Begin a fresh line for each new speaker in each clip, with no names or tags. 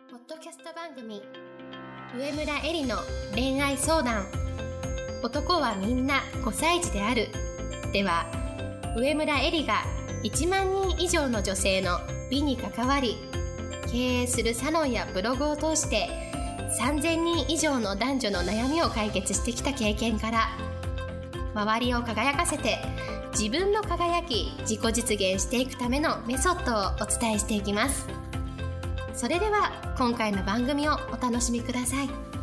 ポッドキャスト番組上村えりの恋愛相談。男はみんな5歳児であるでは、上村えりが1万人以上の女性の美に関わり、経営するサロンやブログを通して3000人以上の男女の悩みを解決してきた経験から、周りを輝かせて自分の輝き自己実現していくためのメソッドをお伝えしていきます。それでは今回の番組をお楽しみください。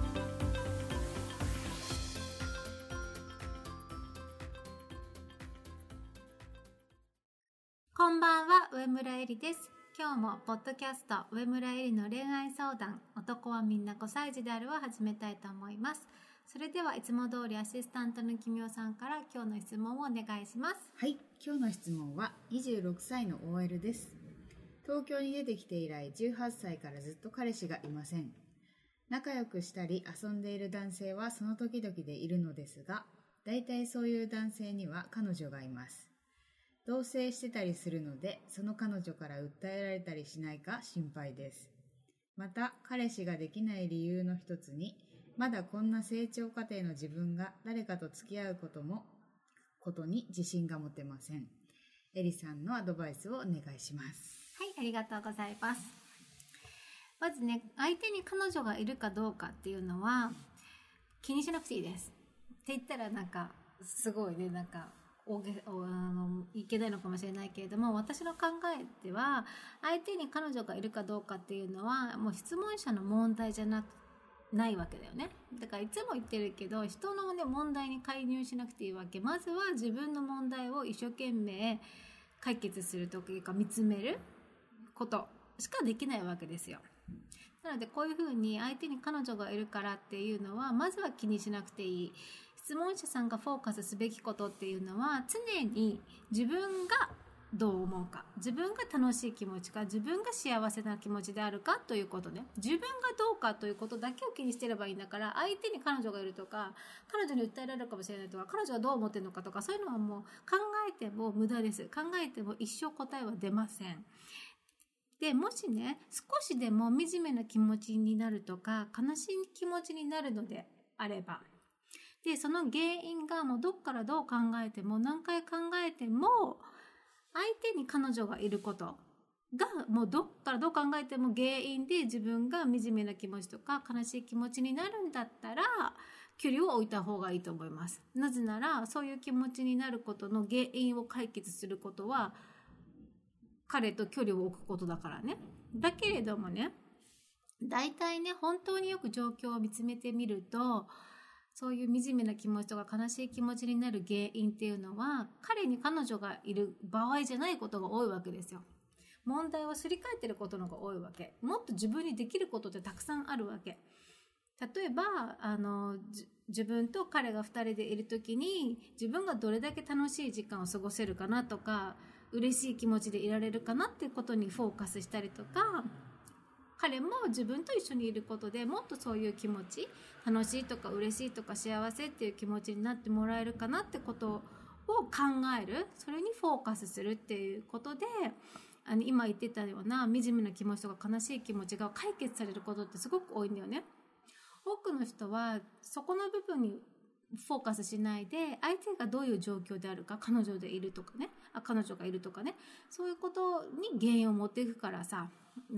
こんばんは、上村えりです。今日もポッドキャスト上村えりの恋愛相談、男はみんな5歳児であるを始めたいと思います。それではいつも通りアシスタントのきみおさんから今日の質問をお願いします。
はい、今日の質問は26歳の OL です。東京に出てきて以来18歳からずっと彼氏がいません。仲良くしたり遊んでいる男性はその時々でいるのですが、だいたいそういう男性には彼女がいます。同棲してたりするので、その彼女から訴えられたりしないか心配です。また、彼氏ができない理由の一つに、まだこんな成長過程の自分が誰かと付き合うことに自信が持てません。えりさんのアドバイスをお願いします。
はい、ありがとうございます。まずね、相手に彼女がいるかどうかっていうのは気にしなくていいです。って言ったらなんかすごいね、なんかいけないのかもしれないけれども、私の考えでは相手に彼女がいるかどうかっていうのはもう質問者の問題じゃないわけだよね。だからいつも言ってるけど、人の、ね、問題に介入しなくていいわけ。まずは自分の問題を一生懸命解決するというか見つめることしかできないわけですよ。なのでこういうふうに相手に彼女がいるからっていうのはまずは気にしなくていい。質問者さんがフォーカスすべきことっていうのは、常に自分がどう思うか、自分が楽しい気持ちか、自分が幸せな気持ちであるかということね。自分がどうかということだけを気にしてればいいんだから、相手に彼女がいるとか、彼女に訴えられるかもしれないとか、彼女はどう思ってるのかとか、そういうのはもう考えても無駄です。考えても一生答えは出ません。で、もしね、少しでも惨めな気持ちになるとか、悲しい気持ちになるのであれば、で、その原因がもうどっからどう考えても、何回考えても、相手に彼女がいることがもうどっからどう考えても原因で自分が惨めな気持ちとか悲しい気持ちになるんだったら、距離を置いた方がいいと思います。なぜなら、そういう気持ちになることの原因を解決することは彼と距離を置くことだからね。だけれどもね、大体ね、本当によく状況を見つめてみると、そういう惨めな気持ちとか悲しい気持ちになる原因っていうのは、彼に彼女がいる場合じゃないことが多いわけですよ。問題をすり替えてることの方が多いわけ。もっと自分にできることってたくさんあるわけ。例えば自分と彼が2人でいるときに、自分がどれだけ楽しい時間を過ごせるかなとか、嬉しい気持ちでいられるかなっていうことにフォーカスしたりとか、彼も自分と一緒にいることでもっとそういう気持ち、楽しいとか嬉しいとか幸せっていう気持ちになってもらえるかなってことを考える。それにフォーカスするっていうことで、今言ってたような惨めな気持ちとか悲しい気持ちが解決されることってすごく多いんだよね。多くの人はそこの部分にフォーカスしないで、相手がどういう状況であるか、彼女でいるとかね、彼女がいるとかね、そういうことに原因を持っていくからさ、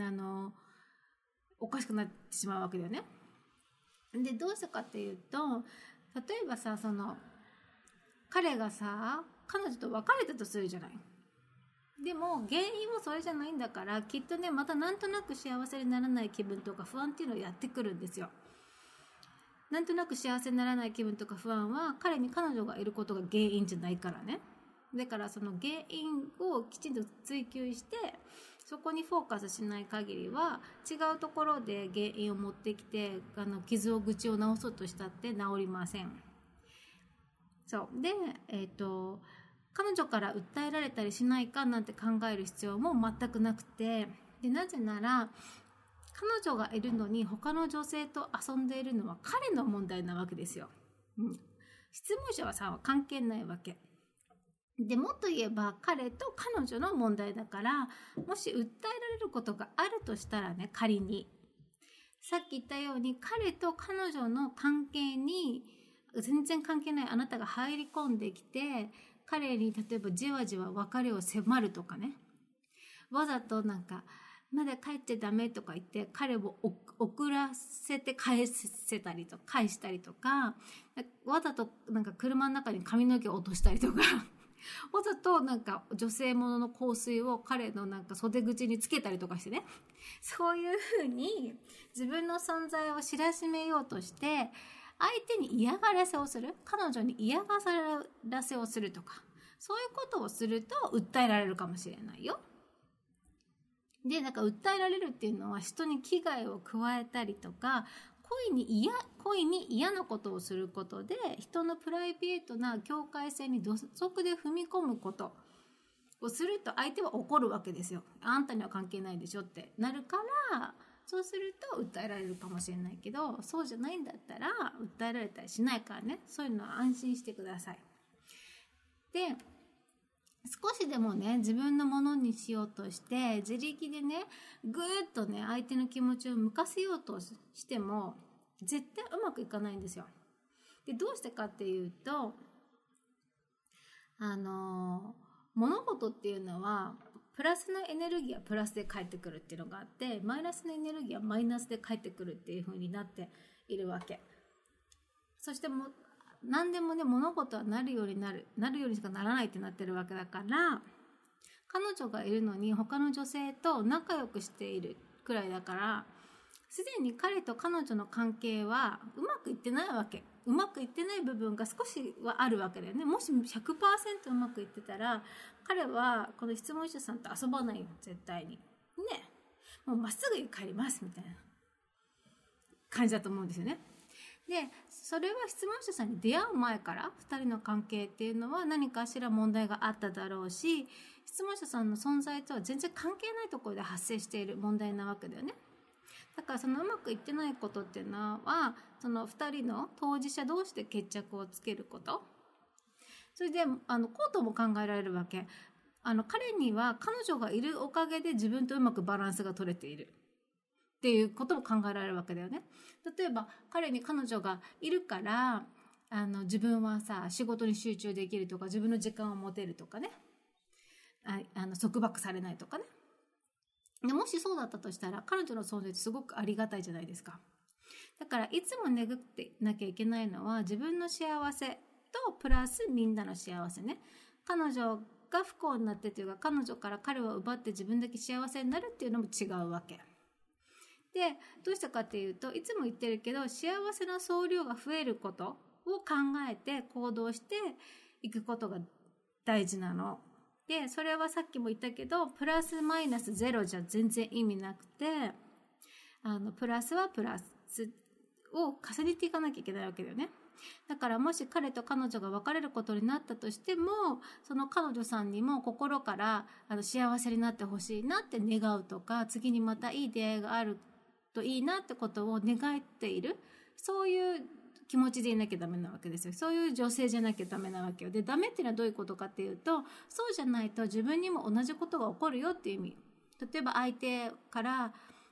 おかしくなってしまうわけだよね。で、どうしたかっていうと、例えばさ、彼がさ、彼女と別れたとするじゃない。でも原因はそれじゃないんだから、きっとね、またなんとなく幸せにならない気分とか不安っていうのをやってくるんですよ。なんとなく幸せにならない気分とか不安は、彼に彼女がいることが原因じゃないからね。だからその原因をきちんと追求して、そこにフォーカスしない限りは、違うところで原因を持ってきて、傷口を治そうとしたって治りません。そう。で、彼女から訴えられたりしないかなんて考える必要も全くなくて、で、なぜなら、彼女がいるのに他の女性と遊んでいるのは彼の問題なわけですよ。質問者は関係ないわけ。で、もっと言えば彼と彼女の問題だから、もし訴えられることがあるとしたらね、仮にさっき言ったように彼と彼女の関係に全然関係ないあなたが入り込んできて、彼に例えばじわじわ別れを迫るとかね、わざとなんかまだ帰っちゃダメとか言って彼を遅らせて返したりとか、わざとなんか車の中に髪の毛を落としたりとかわざとなんか女性ものの香水を彼のなんか袖口につけたりとかしてね、そういう風に自分の存在を知らしめようとして相手に嫌がらせをする、彼女に嫌がらせをするとか、そういうことをすると訴えられるかもしれないよ。で、なんか訴えられるっていうのは人に危害を加えたりとか、恋に嫌なことをすることで人のプライベートな境界線に土足で踏み込むことをすると相手は怒るわけですよ。あんたには関係ないでしょってなるから、そうすると訴えられるかもしれないけど、そうじゃないんだったら訴えられたりしないからね、そういうのは安心してください。で、少しでもね自分のものにしようとして自力でねぐーっとね相手の気持ちを向かせようとしても絶対うまくいかないんですよ。で、どうしてかっていうと、物事っていうのはプラスのエネルギーはプラスで返ってくるっていうのがあって、マイナスのエネルギーはマイナスで返ってくるっていう風になっているわけ。そしても何でもね物事はなるようにしかならないってなってるわけだから、彼女がいるのに他の女性と仲良くしているくらいだから、すでに彼と彼女の関係はうまくいってないわけ。うまくいってない部分が少しはあるわけだよね。もし 100% うまくいってたら彼はこの質問者さんと遊ばないよ、絶対にね。もうまっすぐ帰りますみたいな感じだと思うんですよね。で、それは質問者さんに出会う前から2人の関係っていうのは何かしら問題があっただろうし、質問者さんの存在とは全然関係ないところで発生している問題なわけだよね。だからそのうまくいってないことっていうのは、その2人の当事者同士で決着をつけること。それでこうとも考えられるわけ。彼には彼女がいるおかげで自分とうまくバランスが取れているっていうことも考えられるわけだよね。例えば彼に彼女がいるから自分はさ仕事に集中できるとか、自分の時間を持てるとかね、束縛されないとかね。でもしそうだったとしたら彼女の存在ってすごくありがたいじゃないですか。だからいつも願ってなきゃいけないのは自分の幸せとプラスみんなの幸せね。彼女が不幸になってというか、彼女から彼を奪って自分だけ幸せになるっていうのも違うわけで、どうしたかっていうと、いつも言ってるけど幸せの総量が増えることを考えて行動していくことが大事なので、それはさっきも言ったけどプラスマイナスゼロじゃ全然意味なくて、プラスはプラスを重ねていかなきゃいけないわけだよね。だからもし彼と彼女が別れることになったとしても、その彼女さんにも心から幸せになってほしいなって願うとか、次にまたいい出会いがあるといいなってことを願っている、そういう気持ちでいなきゃダメなわけですよ。そういう女性じゃなきゃダメなわけよ。で、ダメっていうのはどういうことかっていうと、そうじゃないと自分にも同じことが起こるよっていう意味。例えば相手から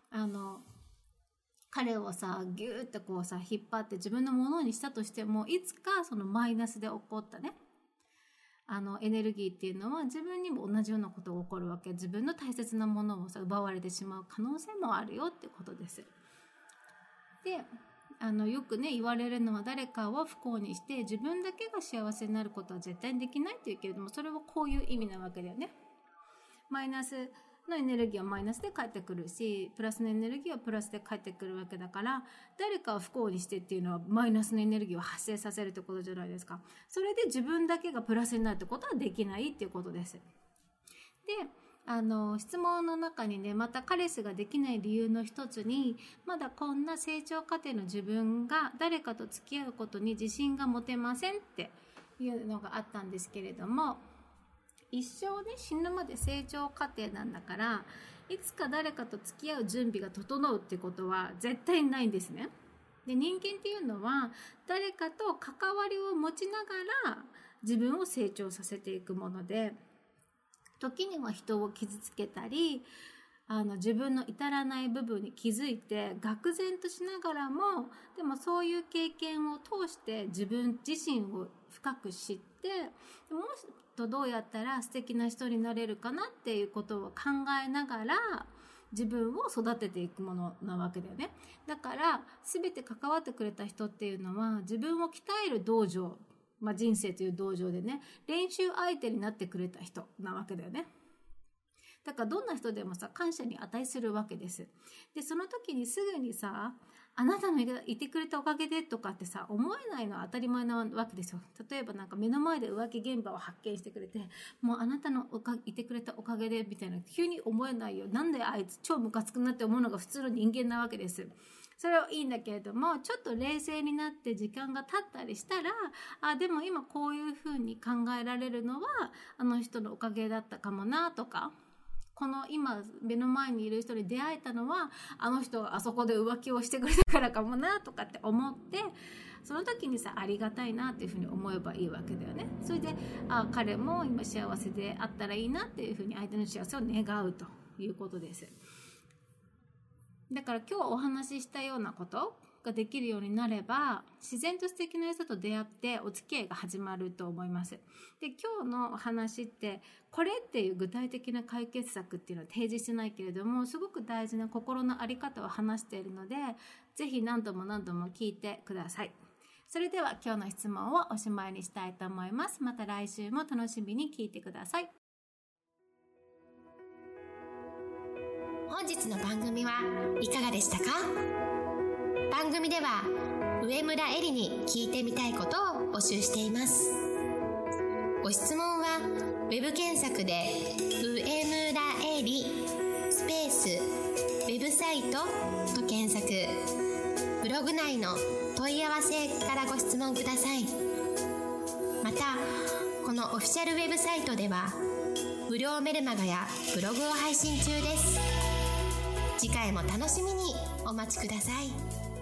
彼をさギューってこうさ引っ張って自分のものにしたとしても、いつかそのマイナスで起こったねエネルギーっていうのは自分にも同じようなことが起こるわけ。自分の大切なものをさ奪われてしまう可能性もあるよってことです。で、よくね言われるのは、誰かを不幸にして自分だけが幸せになることは絶対にできないっていうけれども、それはこういう意味なわけだよね。マイナスのエネルギーはマイナスで返ってくるし、プラスのエネルギーはプラスで返ってくるわけだから、誰かを不幸にしてっていうのはマイナスのエネルギーを発生させるってことじゃないですか。それで自分だけがプラスになるってことはできないっていうことです。で、質問の中にね、また彼氏ができない理由の一つに、まだこんな成長過程の自分が誰かと付き合うことに自信が持てませんっていうのがあったんですけれども、一生ね死ぬまで成長過程なんだから、いつか誰かと付き合う準備が整うってことは絶対にないんですね。で、人間っていうのは誰かと関わりを持ちながら自分を成長させていくもので、時には人を傷つけたり自分の至らない部分に気づいて、愕然としながらも、でもそういう経験を通して自分自身を深く知って、もっとどうやったら素敵な人になれるかなっていうことを考えながら、自分を育てていくものなわけだよね。だから、すべて関わってくれた人っていうのは、自分を鍛える道場、人生という道場でね、練習相手になってくれた人なわけだよね。だからどんな人でもさ、感謝に値するわけです。で、その時にすぐにさ、あなたのいてくれたおかげでとかってさ、思えないのは当たり前なわけですよ。例えばなんか目の前で浮気現場を発見してくれて、もうあなたのいてくれたおかげでみたいな、急に思えないよ。なんであいつ超ムカつくなって思うのが普通の人間なわけです。それはいいんだけれども、ちょっと冷静になって時間が経ったりしたら、でも今こういうふうに考えられるのは、あの人のおかげだったかもなとか、この今目の前にいる人に出会えたのは、あの人があそこで浮気をしてくれたからかもなとかって思って、その時にさ、ありがたいなっていうふうに思えばいいわけだよね。それで、彼も今幸せであったらいいなっていうふうに相手の幸せを願うということです。だから今日お話ししたようなことができるようになれば、自然と素敵な人と出会ってお付き合いが始まると思います。で、今日のお話って、これっていう具体的な解決策っていうのは提示してないけれども、すごく大事な心のあり方を話しているので、ぜひ何度も何度も聞いてください。それでは今日の質問をおしまいにしたいと思います。また来週も楽しみに聞いてください。
本日の番組はいかがでしたか？番組では上村えりに聞いてみたいことを募集しています。ご質問はウェブ検索で上村えりスペースウェブサイトと検索、ブログ内の問い合わせからご質問ください。またこのオフィシャルウェブサイトでは無料メルマガやブログを配信中です。次回も楽しみにお待ちください。